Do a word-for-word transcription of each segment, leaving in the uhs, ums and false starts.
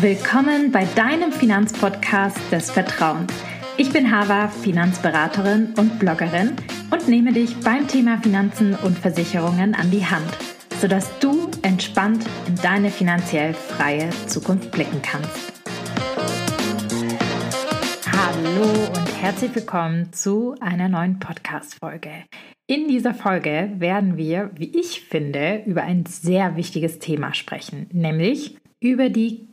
Willkommen bei deinem Finanzpodcast des Vertrauens. Ich bin Hava, Finanzberaterin und Bloggerin und nehme dich beim Thema Finanzen und Versicherungen an die Hand, sodass du entspannt in deine finanziell freie Zukunft blicken kannst. Hallo und herzlich willkommen zu einer neuen Podcast-Folge. In dieser Folge werden wir, wie ich finde, über ein sehr wichtiges Thema sprechen, nämlich über die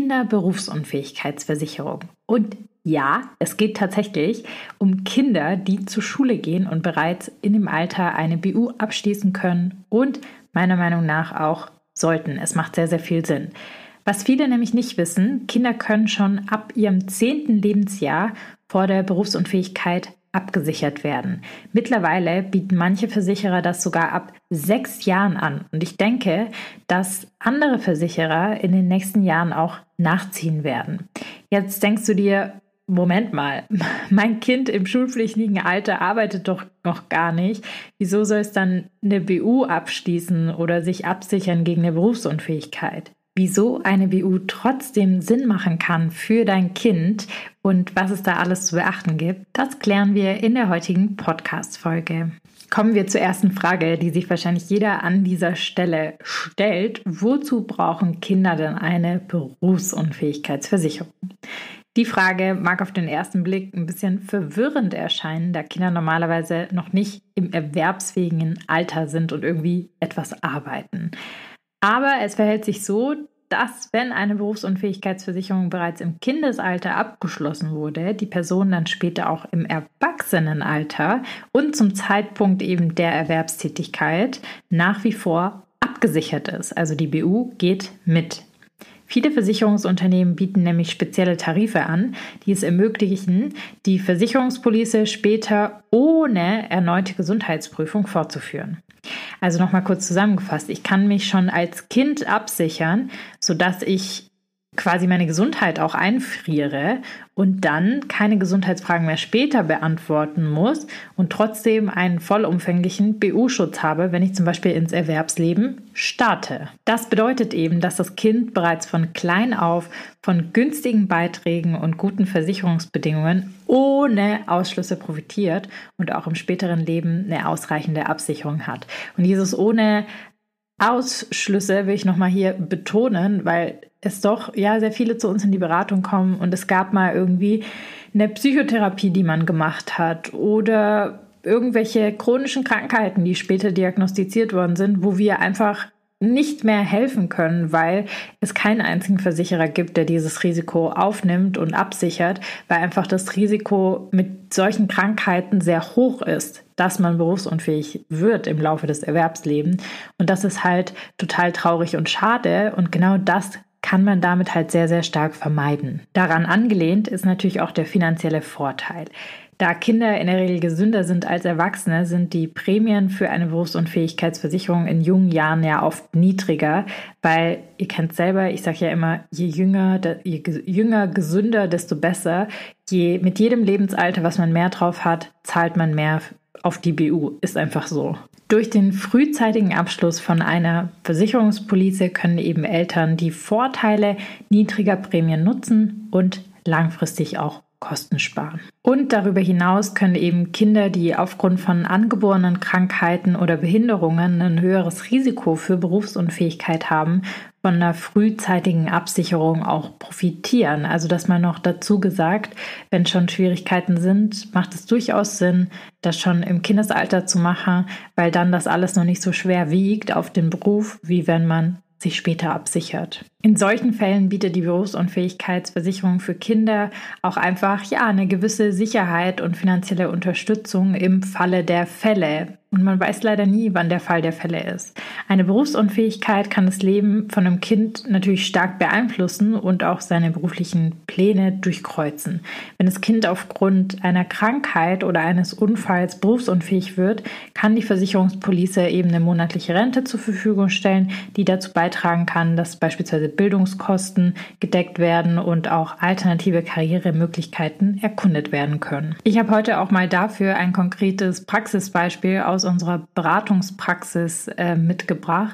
Kinderberufsunfähigkeitsversicherung. Und ja, es geht tatsächlich um Kinder, die zur Schule gehen und bereits in dem Alter eine B U abschließen können und meiner Meinung nach auch sollten. Es macht sehr, sehr viel Sinn. Was viele nämlich nicht wissen, Kinder können schon ab ihrem zehnten Lebensjahr vor der Berufsunfähigkeit abgesichert werden. Mittlerweile bieten manche Versicherer das sogar ab sechs Jahren an. Und ich denke, dass andere Versicherer in den nächsten Jahren auch nachziehen werden. Jetzt denkst du dir, Moment mal, mein Kind im schulpflichtigen Alter arbeitet doch noch gar nicht. Wieso soll es dann eine B U abschließen oder sich absichern gegen eine Berufsunfähigkeit? Wieso eine B U trotzdem Sinn machen kann für dein Kind und was es da alles zu beachten gibt, das klären wir in der heutigen Podcast-Folge. Kommen wir zur ersten Frage, die sich wahrscheinlich jeder an dieser Stelle stellt. Wozu brauchen Kinder denn eine Berufsunfähigkeitsversicherung? Die Frage mag auf den ersten Blick ein bisschen verwirrend erscheinen, da Kinder normalerweise noch nicht im erwerbsfähigen Alter sind und irgendwie etwas arbeiten. Aber es verhält sich so, dass wenn eine Berufsunfähigkeitsversicherung bereits im Kindesalter abgeschlossen wurde, die Person dann später auch im Erwachsenenalter und zum Zeitpunkt eben der Erwerbstätigkeit nach wie vor abgesichert ist. Also die B U geht mit. Viele Versicherungsunternehmen bieten nämlich spezielle Tarife an, die es ermöglichen, die Versicherungspolice später ohne erneute Gesundheitsprüfung fortzuführen. Also nochmal kurz zusammengefasst, ich kann mich schon als Kind absichern, sodass ich quasi meine Gesundheit auch einfriere und dann keine Gesundheitsfragen mehr später beantworten muss und trotzdem einen vollumfänglichen B U-Schutz habe, wenn ich zum Beispiel ins Erwerbsleben starte. Das bedeutet eben, dass das Kind bereits von klein auf von günstigen Beiträgen und guten Versicherungsbedingungen ohne Ausschlüsse profitiert und auch im späteren Leben eine ausreichende Absicherung hat. Und dieses ohne Ausschlüsse will ich nochmal hier betonen, weil es doch ja sehr viele zu uns in die Beratung kommen und es gab mal irgendwie eine Psychotherapie, die man gemacht hat oder irgendwelche chronischen Krankheiten, die später diagnostiziert worden sind, wo wir einfach nicht mehr helfen können, weil es keinen einzigen Versicherer gibt, der dieses Risiko aufnimmt und absichert, weil einfach das Risiko mit solchen Krankheiten sehr hoch ist, dass man berufsunfähig wird im Laufe des Erwerbslebens. Und das ist halt total traurig und schade. Und genau das kann man damit halt sehr, sehr stark vermeiden. Daran angelehnt ist natürlich auch der finanzielle Vorteil. Da Kinder in der Regel gesünder sind als Erwachsene, sind die Prämien für eine Berufsunfähigkeitsversicherung in jungen Jahren ja oft niedriger, weil ihr kennt selber, ich sage ja immer, je jünger, je jünger, gesünder, desto besser. Je, mit jedem Lebensalter, was man mehr drauf hat, zahlt man mehr auf die B U. Ist einfach so. Durch den frühzeitigen Abschluss von einer Versicherungspolice können eben Eltern die Vorteile niedriger Prämien nutzen und langfristig auch Kosten sparen. Und darüber hinaus können eben Kinder, die aufgrund von angeborenen Krankheiten oder Behinderungen ein höheres Risiko für Berufsunfähigkeit haben, von einer frühzeitigen Absicherung auch profitieren. Also dass man noch dazu gesagt, wenn schon Schwierigkeiten sind, macht es durchaus Sinn, das schon im Kindesalter zu machen, weil dann das alles noch nicht so schwer wiegt auf den Beruf, wie wenn man sich später absichert. In solchen Fällen bietet die Berufsunfähigkeitsversicherung für Kinder auch einfach ja eine gewisse Sicherheit und finanzielle Unterstützung im Falle der Fälle. Und man weiß leider nie, wann der Fall der Fälle ist. Eine Berufsunfähigkeit kann das Leben von einem Kind natürlich stark beeinflussen und auch seine beruflichen Pläne durchkreuzen. Wenn das Kind aufgrund einer Krankheit oder eines Unfalls berufsunfähig wird, kann die Versicherungspolice eben eine monatliche Rente zur Verfügung stellen, die dazu beitragen kann, dass beispielsweise Bildungskosten gedeckt werden und auch alternative Karrieremöglichkeiten erkundet werden können. Ich habe heute auch mal dafür ein konkretes Praxisbeispiel aus unserer Beratungspraxis äh, mitgebracht.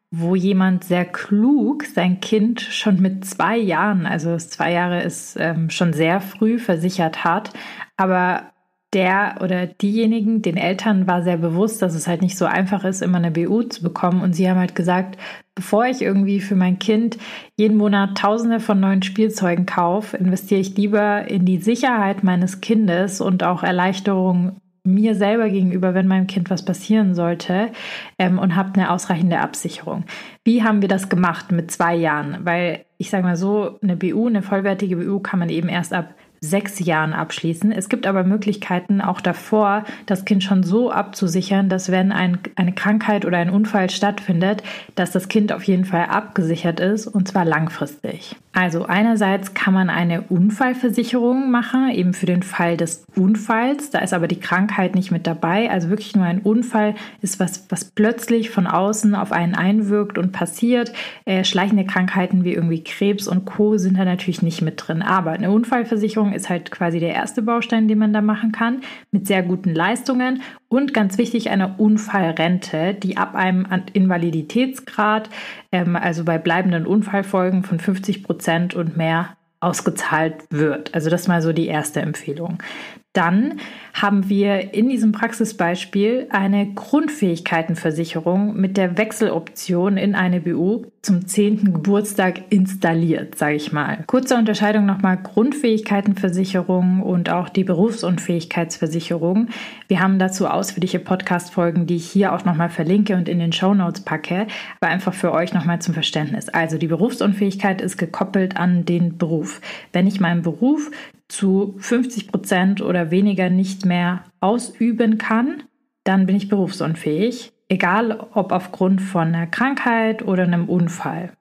wo jemand sehr klug sein Kind schon mit zwei Jahren, also zwei Jahre ist ähm, schon sehr früh, versichert hat, aber der oder diejenigen, den Eltern war sehr bewusst, dass es halt nicht so einfach ist, immer eine B U zu bekommen. Und sie haben halt gesagt, bevor ich irgendwie für mein Kind jeden Monat Tausende von neuen Spielzeugen kaufe, investiere ich lieber in die Sicherheit meines Kindes und auch Erleichterung mir selber gegenüber, wenn meinem Kind was passieren sollte, ähm, und habe eine ausreichende Absicherung. Wie haben wir das gemacht mit zwei Jahren? Weil ich sage mal so, eine B U, eine vollwertige B U kann man eben erst ab sechs Jahren abschließen. Es gibt aber Möglichkeiten, auch davor das Kind schon so abzusichern, dass wenn ein, eine Krankheit oder ein Unfall stattfindet, dass das Kind auf jeden Fall abgesichert ist und zwar langfristig. Also einerseits kann man eine Unfallversicherung machen, eben für den Fall des Unfalls. Da ist aber die Krankheit nicht mit dabei. Also wirklich nur ein Unfall ist was, was plötzlich von außen auf einen einwirkt und passiert. Äh, schleichende Krankheiten wie irgendwie Krebs und Co. sind da natürlich nicht mit drin. Aber eine Unfallversicherung ist halt quasi der erste Baustein, den man da machen kann, mit sehr guten Leistungen und ganz wichtig eine Unfallrente, die ab einem Invaliditätsgrad, ähm, also bei bleibenden Unfallfolgen von fünfzig Prozent und mehr ausgezahlt wird. Also das ist mal so die erste Empfehlung. Dann haben wir in diesem Praxisbeispiel eine Grundfähigkeitenversicherung mit der Wechseloption in eine B U zum zehnten Geburtstag installiert, sage ich mal. Kurze Unterscheidung nochmal: Grundfähigkeitenversicherung und auch die Berufsunfähigkeitsversicherung. Wir haben dazu ausführliche Podcast-Folgen, die ich hier auch nochmal verlinke und in den Shownotes packe, aber einfach für euch nochmal zum Verständnis. Also die Berufsunfähigkeit ist gekoppelt an den Beruf. Wenn ich meinen Beruf zu fünfzig Prozent oder weniger nicht mehr ausüben kann, dann bin ich berufsunfähig, egal ob aufgrund von einer Krankheit oder einem Unfall.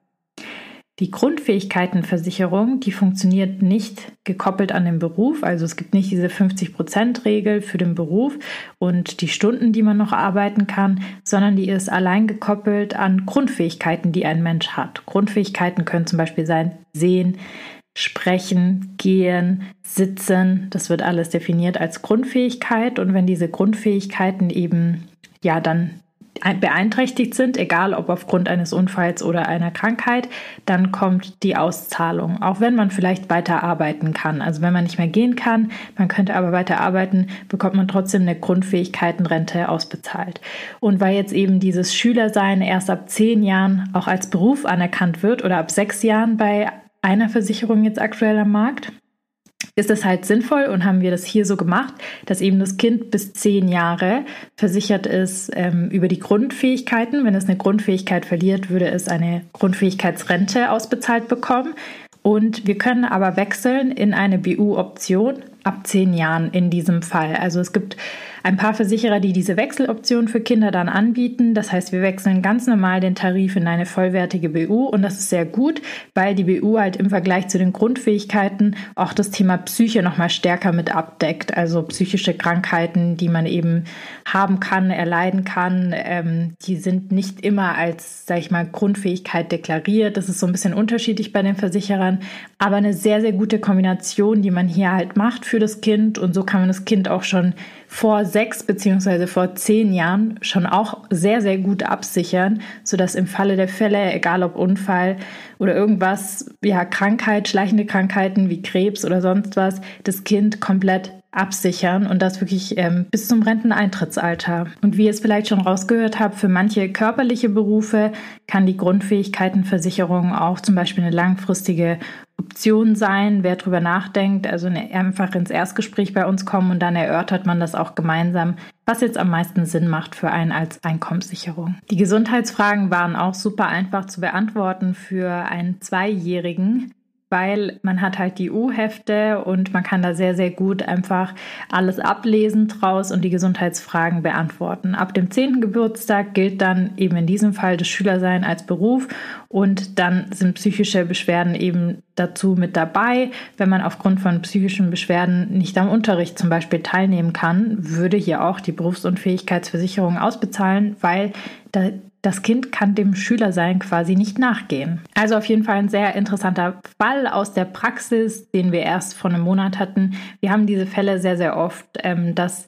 Die Grundfähigkeitenversicherung, die funktioniert nicht gekoppelt an den Beruf, also es gibt nicht diese fünfzig Prozent Regel für den Beruf und die Stunden, die man noch arbeiten kann, sondern die ist allein gekoppelt an Grundfähigkeiten, die ein Mensch hat. Grundfähigkeiten können zum Beispiel sein Sehen, Sprechen, Gehen, Sitzen, das wird alles definiert als Grundfähigkeit. Und wenn diese Grundfähigkeiten eben ja dann beeinträchtigt sind, egal ob aufgrund eines Unfalls oder einer Krankheit, dann kommt die Auszahlung, auch wenn man vielleicht weiter arbeiten kann. Also wenn man nicht mehr gehen kann, man könnte aber weiter arbeiten, bekommt man trotzdem eine Grundfähigkeitenrente ausbezahlt. Und weil jetzt eben dieses Schülersein erst ab zehn Jahren auch als Beruf anerkannt wird oder ab sechs Jahren bei einer Versicherung jetzt aktuell am Markt, ist es halt sinnvoll und haben wir das hier so gemacht, dass eben das Kind bis zehn Jahre versichert ist ähm, über die Grundfähigkeiten. Wenn es eine Grundfähigkeit verliert, würde es eine Grundfähigkeitsrente ausbezahlt bekommen. Und wir können aber wechseln in eine B U-Option ab zehn Jahren in diesem Fall. Also es gibt ein paar Versicherer, die diese Wechseloption für Kinder dann anbieten. Das heißt, wir wechseln ganz normal den Tarif in eine vollwertige B U und das ist sehr gut, weil die B U halt im Vergleich zu den Grundfähigkeiten auch das Thema Psyche nochmal stärker mit abdeckt. Also psychische Krankheiten, die man eben haben kann, erleiden kann, ähm, die sind nicht immer als, sag ich mal, Grundfähigkeit deklariert. Das ist so ein bisschen unterschiedlich bei den Versicherern, aber eine sehr, sehr gute Kombination, die man hier halt macht für das Kind und so kann man das Kind auch schon vor sechs beziehungsweise vor zehn Jahren schon auch sehr, sehr gut absichern, sodass im Falle der Fälle, egal ob Unfall oder irgendwas, ja, Krankheit, schleichende Krankheiten wie Krebs oder sonst was, das Kind komplett absichern und das wirklich ähm, bis zum Renteneintrittsalter. Und wie ihr es vielleicht schon rausgehört habt, für manche körperliche Berufe kann die Grundfähigkeitenversicherung auch zum Beispiel eine langfristige Option sein, wer drüber nachdenkt, also eine, einfach ins Erstgespräch bei uns kommen und dann erörtert man das auch gemeinsam, was jetzt am meisten Sinn macht für einen als Einkommenssicherung. Die Gesundheitsfragen waren auch super einfach zu beantworten für einen Zweijährigen, weil man hat halt die U-Hefte und man kann da sehr, sehr gut einfach alles ablesen draus und die Gesundheitsfragen beantworten. Ab dem zehnten Geburtstag gilt dann eben in diesem Fall das Schülersein als Beruf und dann sind psychische Beschwerden eben dazu mit dabei. Wenn man aufgrund von psychischen Beschwerden nicht am Unterricht zum Beispiel teilnehmen kann, würde hier auch die Berufsunfähigkeitsversicherung ausbezahlen, weil da das Kind kann dem Schülersein quasi nicht nachgehen. Also auf jeden Fall ein sehr interessanter Fall aus der Praxis, den wir erst vor einem Monat hatten. Wir haben diese Fälle sehr, sehr oft, ähm, dass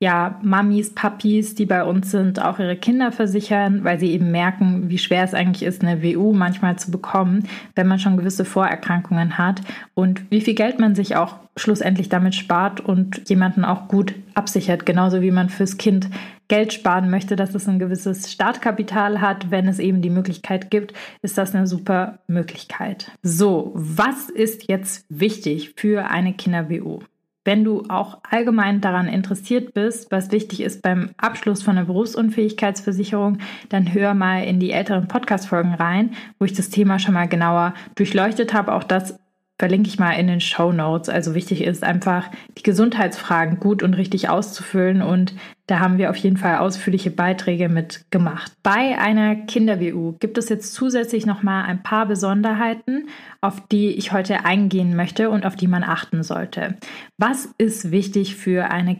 ja, Mamis, Papis, die bei uns sind, auch ihre Kinder versichern, weil sie eben merken, wie schwer es eigentlich ist, eine W U manchmal zu bekommen, wenn man schon gewisse Vorerkrankungen hat und wie viel Geld man sich auch schlussendlich damit spart und jemanden auch gut absichert, genauso wie man fürs Kind Geld sparen möchte, dass es ein gewisses Startkapital hat. Wenn es eben die Möglichkeit gibt, ist das eine super Möglichkeit. So, was ist jetzt wichtig für eine Kinder-W U? Wenn du auch allgemein daran interessiert bist, was wichtig ist beim Abschluss von einer Berufsunfähigkeitsversicherung, dann hör mal in die älteren Podcast-Folgen rein, wo ich das Thema schon mal genauer durchleuchtet habe. Auch das verlinke ich mal in den Shownotes. Also wichtig ist einfach, die Gesundheitsfragen gut und richtig auszufüllen und da haben wir auf jeden Fall ausführliche Beiträge mit gemacht. Bei einer Kinder-W U gibt es jetzt zusätzlich nochmal ein paar Besonderheiten, auf die ich heute eingehen möchte und auf die man achten sollte. Was ist wichtig für eine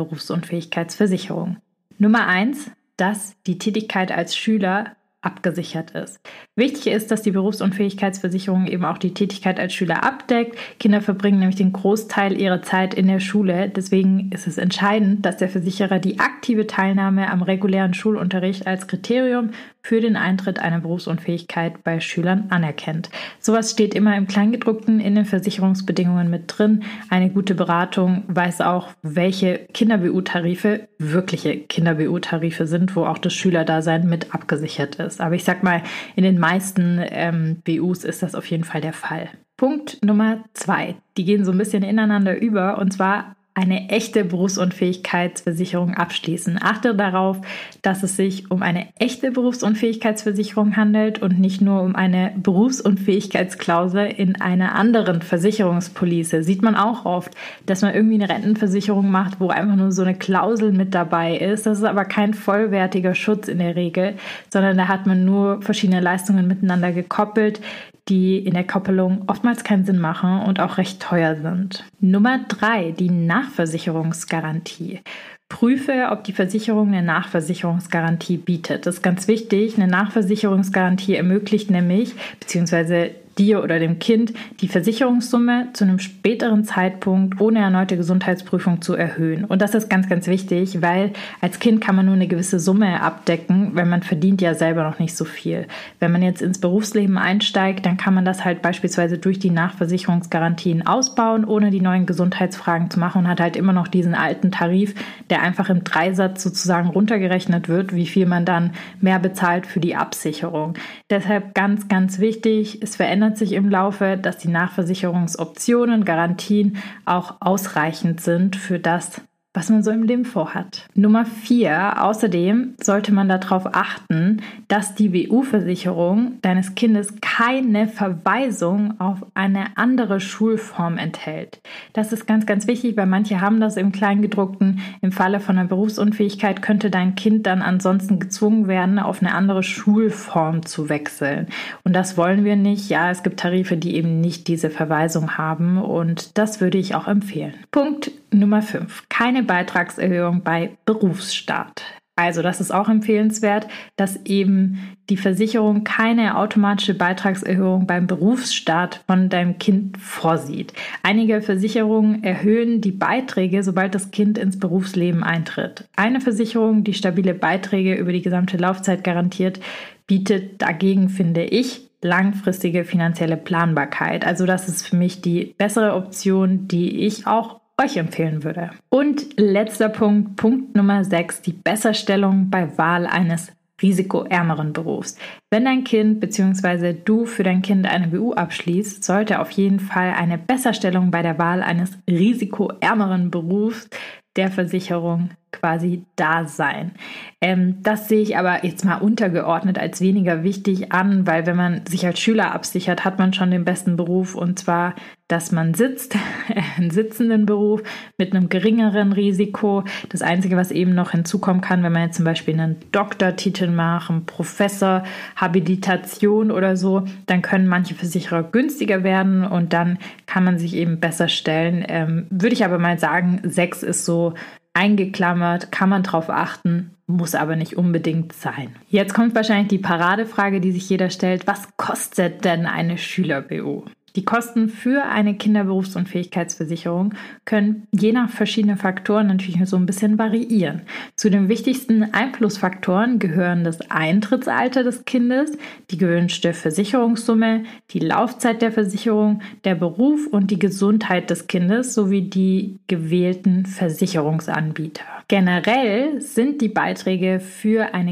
Kinderberufsunfähigkeitsversicherung? Nummer eins, dass die Tätigkeit als Schüler abgesichert ist. Wichtig ist, dass die Berufsunfähigkeitsversicherung eben auch die Tätigkeit als Schüler abdeckt. Kinder verbringen nämlich den Großteil ihrer Zeit in der Schule. Deswegen ist es entscheidend, dass der Versicherer die aktive Teilnahme am regulären Schulunterricht als Kriterium für den Eintritt einer Berufsunfähigkeit bei Schülern anerkennt. Sowas steht immer im Kleingedruckten in den Versicherungsbedingungen mit drin. Eine gute Beratung weiß auch, welche Kinder-W U-Tarife wirkliche Kinder-W U-Tarife sind, wo auch das Schülerdasein mit abgesichert ist. Aber ich sag mal, in den meisten ähm, W Us ist das auf jeden Fall der Fall. Punkt Nummer zwei. Die gehen so ein bisschen ineinander über und zwar eine echte Berufsunfähigkeitsversicherung abschließen. Achte darauf, dass es sich um eine echte Berufsunfähigkeitsversicherung handelt und nicht nur um eine Berufsunfähigkeitsklausel in einer anderen Versicherungspolice. Sieht man auch oft, dass man irgendwie eine Rentenversicherung macht, wo einfach nur so eine Klausel mit dabei ist. Das ist aber kein vollwertiger Schutz in der Regel, sondern da hat man nur verschiedene Leistungen miteinander gekoppelt, die in der Koppelung oftmals keinen Sinn machen und auch recht teuer sind. Nummer drei, die Nachversicherungsgarantie. Prüfe, ob die Versicherung eine Nachversicherungsgarantie bietet. Das ist ganz wichtig. Eine Nachversicherungsgarantie ermöglicht nämlich, beziehungsweise dir oder dem Kind, die Versicherungssumme zu einem späteren Zeitpunkt ohne erneute Gesundheitsprüfung zu erhöhen. Und das ist ganz, ganz wichtig, weil als Kind kann man nur eine gewisse Summe abdecken, weil man verdient ja selber noch nicht so viel. Wenn man jetzt ins Berufsleben einsteigt, dann kann man das halt beispielsweise durch die Nachversicherungsgarantien ausbauen, ohne die neuen Gesundheitsfragen zu machen und hat halt immer noch diesen alten Tarif, der einfach im Dreisatz sozusagen runtergerechnet wird, wie viel man dann mehr bezahlt für die Absicherung. Deshalb ganz, ganz wichtig, es verändert sich im Laufe, dass die Nachversicherungsoptionen, Garantien auch ausreichend sind für das, was man so im Leben vorhat. Nummer vier. Außerdem sollte man darauf achten, dass die W U-Versicherung deines Kindes keine Verweisung auf eine andere Schulform enthält. Das ist ganz, ganz wichtig, weil manche haben das im Kleingedruckten. Im Falle von einer Berufsunfähigkeit könnte dein Kind dann ansonsten gezwungen werden, auf eine andere Schulform zu wechseln. Und das wollen wir nicht. Ja, es gibt Tarife, die eben nicht diese Verweisung haben und das würde ich auch empfehlen. Punkt Nummer fünf. Keine Beitragserhöhung bei Berufsstart. Also das ist auch empfehlenswert, dass eben die Versicherung keine automatische Beitragserhöhung beim Berufsstart von deinem Kind vorsieht. Einige Versicherungen erhöhen die Beiträge, sobald das Kind ins Berufsleben eintritt. Eine Versicherung, die stabile Beiträge über die gesamte Laufzeit garantiert, bietet dagegen, finde ich, langfristige finanzielle Planbarkeit. Also das ist für mich die bessere Option, die ich auch euch empfehlen würde. Und letzter Punkt, Punkt Nummer sechs, die Besserstellung bei Wahl eines risikoärmeren Berufs. Wenn dein Kind bzw. du für dein Kind eine W U abschließt, sollte auf jeden Fall eine Besserstellung bei der Wahl eines risikoärmeren Berufs der Versicherung quasi da sein. Ähm, das sehe ich aber jetzt mal untergeordnet als weniger wichtig an, weil wenn man sich als Schüler absichert, hat man schon den besten Beruf und zwar, dass man sitzt, einen sitzenden Beruf mit einem geringeren Risiko. Das Einzige, was eben noch hinzukommen kann, wenn man jetzt zum Beispiel einen Doktortitel macht, einen Professor, Habilitation oder so, dann können manche Versicherer günstiger werden und dann kann man sich eben besser stellen. Ähm, würde ich aber mal sagen, sechs ist so eingeklammert, kann man drauf achten, muss aber nicht unbedingt sein. Jetzt kommt wahrscheinlich die Paradefrage, die sich jeder stellt. Was kostet denn eine Schüler-W U? Die Kosten für eine Kinderberufsunfähigkeitsversicherung können je nach verschiedenen Faktoren natürlich so ein bisschen variieren. Zu den wichtigsten Einflussfaktoren gehören das Eintrittsalter des Kindes, die gewünschte Versicherungssumme, die Laufzeit der Versicherung, der Beruf und die Gesundheit des Kindes sowie die gewählten Versicherungsanbieter. Generell sind die Beiträge für eine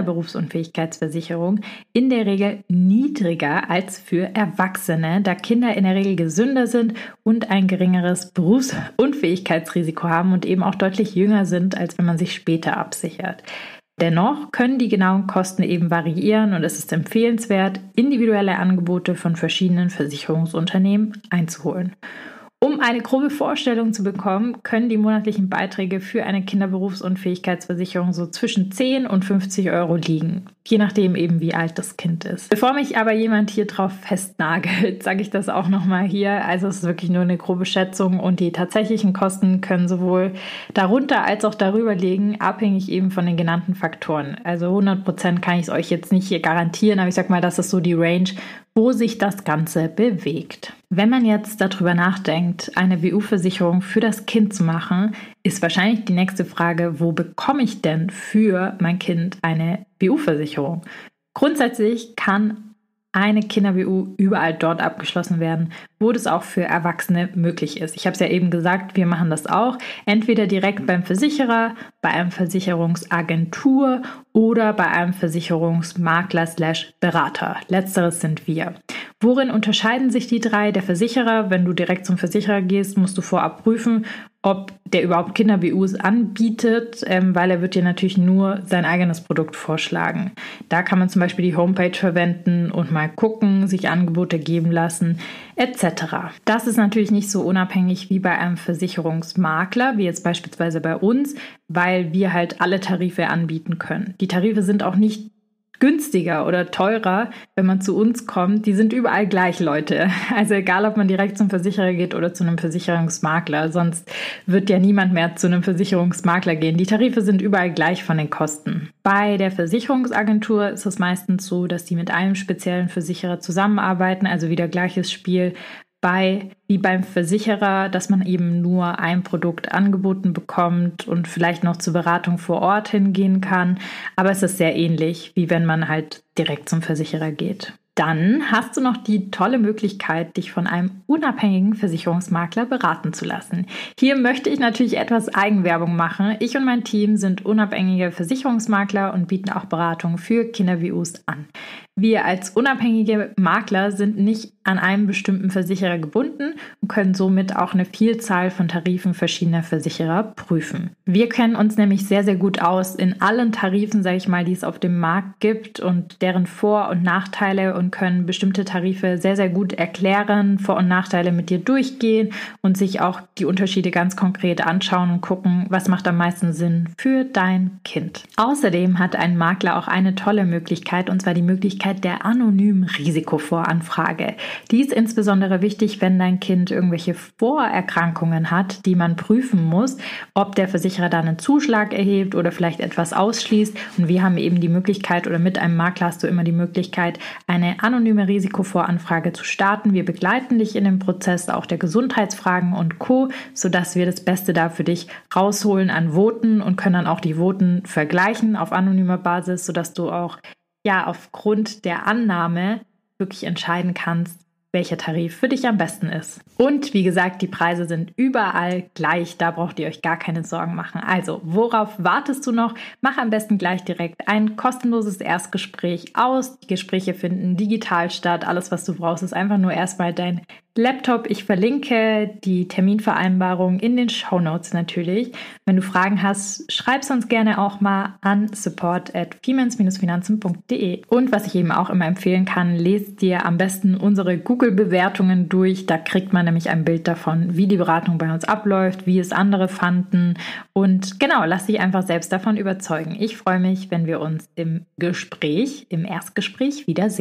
Kinderberufsunfähigkeitsversicherung in der Regel niedriger als für Erwachsene, da Kinder in der Regel gesünder sind und ein geringeres Berufsunfähigkeitsrisiko haben und eben auch deutlich jünger sind, als wenn man sich später absichert. Dennoch können die genauen Kosten eben variieren und es ist empfehlenswert, individuelle Angebote von verschiedenen Versicherungsunternehmen einzuholen. Um eine grobe Vorstellung zu bekommen, können die monatlichen Beiträge für eine Kinderberufsunfähigkeitsversicherung so zwischen zehn und fünfzig Euro liegen, je nachdem eben wie alt das Kind ist. Bevor mich aber jemand hier drauf festnagelt, sage ich das auch nochmal hier. Also es ist wirklich nur eine grobe Schätzung und die tatsächlichen Kosten können sowohl darunter als auch darüber liegen, abhängig eben von den genannten Faktoren. Also hundert Prozent kann ich es euch jetzt nicht hier garantieren, aber ich sag mal, das ist so die Range, wo sich das Ganze bewegt. Wenn man jetzt darüber nachdenkt, eine B U-Versicherung für das Kind zu machen, ist wahrscheinlich die nächste Frage, wo bekomme ich denn für mein Kind eine B U-Versicherung? Grundsätzlich kann eine Kinder-B U überall dort abgeschlossen werden, wo das auch für Erwachsene möglich ist. Ich habe es ja eben gesagt, wir machen das auch, entweder direkt beim Versicherer, bei einem Versicherungsagentur oder bei einem Versicherungsmakler slash Berater. Letzteres sind wir. Worin unterscheiden sich die drei? Der Versicherer, wenn du direkt zum Versicherer gehst, musst du vorab prüfen, ob der überhaupt Kinder-B Us anbietet, ähm, weil er wird dir natürlich nur sein eigenes Produkt vorschlagen. Da kann man zum Beispiel die Homepage verwenden und mal gucken, sich Angebote geben lassen, et cetera. Das ist natürlich nicht so unabhängig wie bei einem Versicherungsmakler, wie jetzt beispielsweise bei uns, weil wir halt alle Tarife anbieten können. Die Tarife sind auch nicht günstiger oder teurer, wenn man zu uns kommt. Die sind überall gleich, Leute. Also egal, ob man direkt zum Versicherer geht oder zu einem Versicherungsmakler. Sonst wird ja niemand mehr zu einem Versicherungsmakler gehen. Die Tarife sind überall gleich von den Kosten. Bei der Versicherungsagentur ist es meistens so, dass die mit einem speziellen Versicherer zusammenarbeiten. Also wieder gleiches Spiel. Bei, wie beim Versicherer, dass man eben nur ein Produkt angeboten bekommt und vielleicht noch zur Beratung vor Ort hingehen kann. Aber es ist sehr ähnlich, wie wenn man halt direkt zum Versicherer geht. Dann hast du noch die tolle Möglichkeit, dich von einem unabhängigen Versicherungsmakler beraten zu lassen. Hier möchte ich natürlich etwas Eigenwerbung machen. Ich und mein Team sind unabhängige Versicherungsmakler und bieten auch Beratungen für Kinder-B Us an. Wir als unabhängige Makler sind nicht an einen bestimmten Versicherer gebunden und können somit auch eine Vielzahl von Tarifen verschiedener Versicherer prüfen. Wir kennen uns nämlich sehr, sehr gut aus in allen Tarifen, sage ich mal, die es auf dem Markt gibt und deren Vor- und Nachteile und können bestimmte Tarife sehr, sehr gut erklären, Vor- und Nachteile mit dir durchgehen und sich auch die Unterschiede ganz konkret anschauen und gucken, was macht am meisten Sinn für dein Kind. Außerdem hat ein Makler auch eine tolle Möglichkeit, und zwar die Möglichkeit der anonymen Risikovoranfrage. Die ist insbesondere wichtig, wenn dein Kind irgendwelche Vorerkrankungen hat, die man prüfen muss, ob der Versicherer da einen Zuschlag erhebt oder vielleicht etwas ausschließt. Und wir haben eben die Möglichkeit, oder mit einem Makler hast du immer die Möglichkeit, eine anonyme Risikovoranfrage zu starten. Wir begleiten dich in dem Prozess auch der Gesundheitsfragen und Co., sodass wir das Beste da für dich rausholen an Voten und können dann auch die Voten vergleichen auf anonymer Basis, sodass du auch ja aufgrund der Annahme wirklich entscheiden kannst, welcher Tarif für dich am besten ist. Und wie gesagt, die Preise sind überall gleich, da braucht ihr euch gar keine Sorgen machen. Also, worauf wartest du noch? Mach am besten gleich direkt ein kostenloses Erstgespräch aus. Die Gespräche finden digital statt. Alles, was du brauchst, ist einfach nur erstmal dein Laptop. Ich verlinke die Terminvereinbarung in den Shownotes natürlich. Wenn du Fragen hast, schreib uns gerne auch mal an support at femens finanzen punkt de. Und was ich eben auch immer empfehlen kann, lest dir am besten unsere Google-Bewertungen durch. Da kriegt man nämlich ein Bild davon, wie die Beratung bei uns abläuft, wie es andere fanden. Und genau, lass dich einfach selbst davon überzeugen. Ich freue mich, wenn wir uns im Gespräch, im Erstgespräch wiedersehen.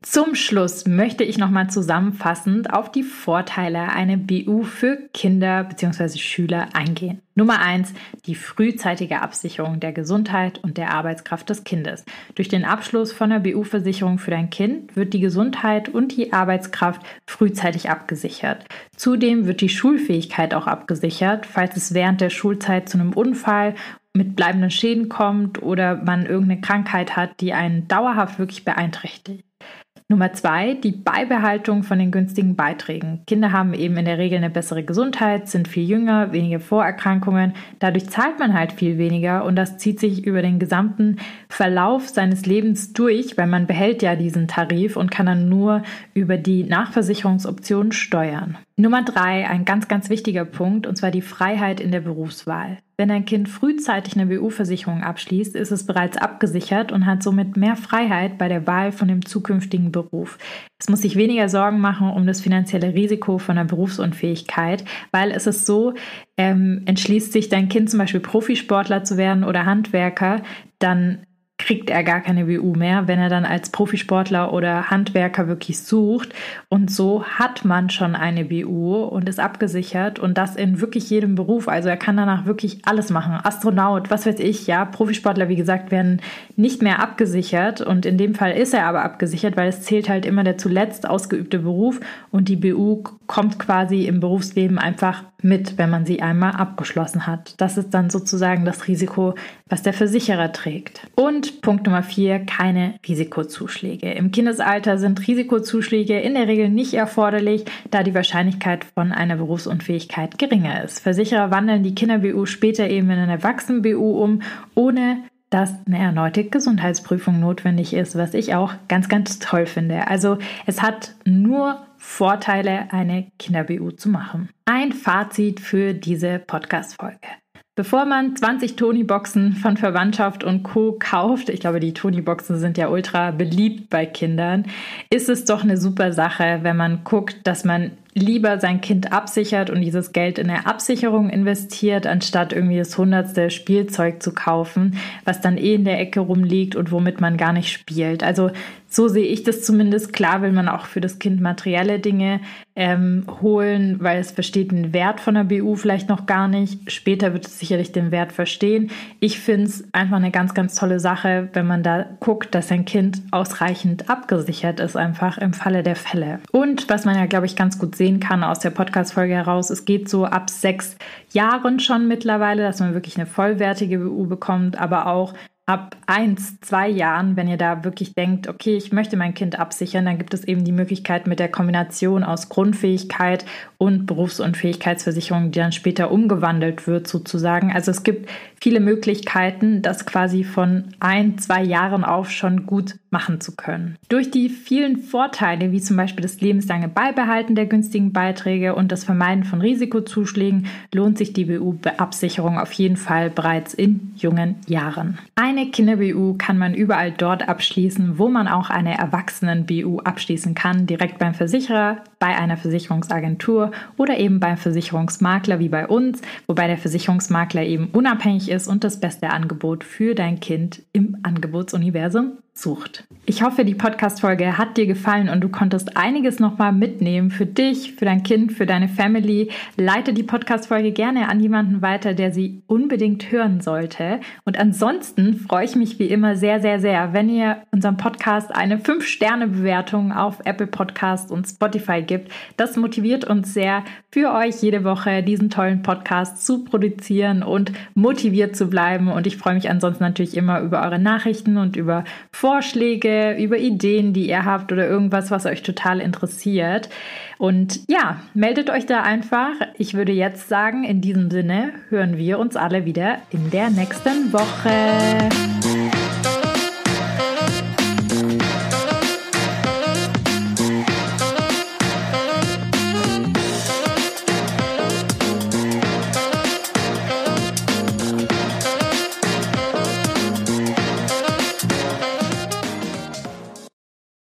Zum Schluss möchte ich nochmal zusammenfassend auf die Vorteile einer B U für Kinder bzw. Schüler eingehen. Nummer eins, die frühzeitige Absicherung der Gesundheit und der Arbeitskraft des Kindes. Durch den Abschluss von einer B U-Versicherung für dein Kind wird die Gesundheit und die Arbeitskraft frühzeitig abgesichert. Zudem wird die Schulfähigkeit auch abgesichert, falls es während der Schulzeit zu einem Unfall mit bleibenden Schäden kommt oder man irgendeine Krankheit hat, die einen dauerhaft wirklich beeinträchtigt. Nummer zwei, die Beibehaltung von den günstigen Beiträgen. Kinder haben eben in der Regel eine bessere Gesundheit, sind viel jünger, weniger Vorerkrankungen. Dadurch zahlt man halt viel weniger und das zieht sich über den gesamten Verlauf seines Lebens durch, weil man behält ja diesen Tarif und kann dann nur über die Nachversicherungsoptionen steuern. Nummer drei, ein ganz, ganz wichtiger Punkt, und zwar die Freiheit in der Berufswahl. Wenn ein Kind frühzeitig eine B U-Versicherung abschließt, ist es bereits abgesichert und hat somit mehr Freiheit bei der Wahl von dem zukünftigen Beruf. Es muss sich weniger Sorgen machen um das finanzielle Risiko von der Berufsunfähigkeit, weil es ist so, ähm, entschließt sich dein Kind zum Beispiel Profisportler zu werden oder Handwerker, dann kriegt er gar keine B U mehr, wenn er dann als Profisportler oder Handwerker wirklich sucht. Und so hat man schon eine B U und ist abgesichert und das in wirklich jedem Beruf. Also er kann danach wirklich alles machen. Astronaut, was weiß ich, ja. Profisportler, wie gesagt, werden nicht mehr abgesichert und in dem Fall ist er aber abgesichert, weil es zählt halt immer der zuletzt ausgeübte Beruf und die B U kommt quasi im Berufsleben einfach mit, wenn man sie einmal abgeschlossen hat. Das ist dann sozusagen das Risiko, was der Versicherer trägt. Und Punkt Nummer vier, keine Risikozuschläge. Im Kindesalter sind Risikozuschläge in der Regel nicht erforderlich, da die Wahrscheinlichkeit von einer Berufsunfähigkeit geringer ist. Versicherer wandeln die Kinder-B U später eben in eine Erwachsenen-B U um, ohne dass eine erneute Gesundheitsprüfung notwendig ist, was ich auch ganz, ganz toll finde. Also es hat nur Vorteile, eine Kinder-B U zu machen. Ein Fazit für diese Podcast-Folge. Bevor man zwanzig Tony-Boxen von Verwandtschaft und Co. kauft, ich glaube, die Tony-Boxen sind ja ultra beliebt bei Kindern, ist es doch eine super Sache, wenn man guckt, dass man lieber sein Kind absichert und dieses Geld in eine Absicherung investiert, anstatt irgendwie das hundertste Spielzeug zu kaufen, was dann eh in der Ecke rumliegt und womit man gar nicht spielt. Also so sehe ich das zumindest. Klar will man auch für das Kind materielle Dinge ähm, holen, weil es versteht den Wert von der B U vielleicht noch gar nicht. Später wird es sicherlich den Wert verstehen. Ich finde es einfach eine ganz, ganz tolle Sache, wenn man da guckt, dass sein Kind ausreichend abgesichert ist, einfach im Falle der Fälle. Und was man ja, glaube ich, ganz gut sehen kann aus der Podcast-Folge heraus, es geht so ab sechs Jahren schon mittlerweile, dass man wirklich eine vollwertige B U bekommt, aber auch ab eins, zwei Jahren, wenn ihr da wirklich denkt, okay, ich möchte mein Kind absichern, dann gibt es eben die Möglichkeit mit der Kombination aus Grundfähigkeit und Berufsunfähigkeitsversicherung, die dann später umgewandelt wird sozusagen. Also es gibt viele Möglichkeiten, das quasi von ein, zwei Jahren auf schon gut machen zu können. Durch die vielen Vorteile, wie zum Beispiel das lebenslange Beibehalten der günstigen Beiträge und das Vermeiden von Risikozuschlägen, lohnt sich die B U-Absicherung auf jeden Fall bereits in jungen Jahren. Eine Kinder-B U kann man überall dort abschließen, wo man auch eine Erwachsenen-B U abschließen kann, direkt beim Versicherer, bei einer Versicherungsagentur oder eben beim Versicherungsmakler wie bei uns, wobei der Versicherungsmakler eben unabhängig ist und das beste Angebot für dein Kind im Angebotsuniversum sucht. Ich hoffe, die Podcast-Folge hat dir gefallen und du konntest einiges nochmal mitnehmen für dich, für dein Kind, für deine Family. Leite die Podcast-Folge gerne an jemanden weiter, der sie unbedingt hören sollte. Und ansonsten freue ich mich wie immer sehr, sehr, sehr, wenn ihr unserem Podcast eine fünf Sterne Bewertung auf Apple Podcast und Spotify gibt. Das motiviert uns sehr, für euch jede Woche diesen tollen Podcast zu produzieren und motiviert zu bleiben. Und ich freue mich ansonsten natürlich immer über eure Nachrichten und über Vorschläge, über Ideen, die ihr habt oder irgendwas, was euch total interessiert. Und ja, meldet euch da einfach. Ich würde jetzt sagen, in diesem Sinne hören wir uns alle wieder in der nächsten Woche.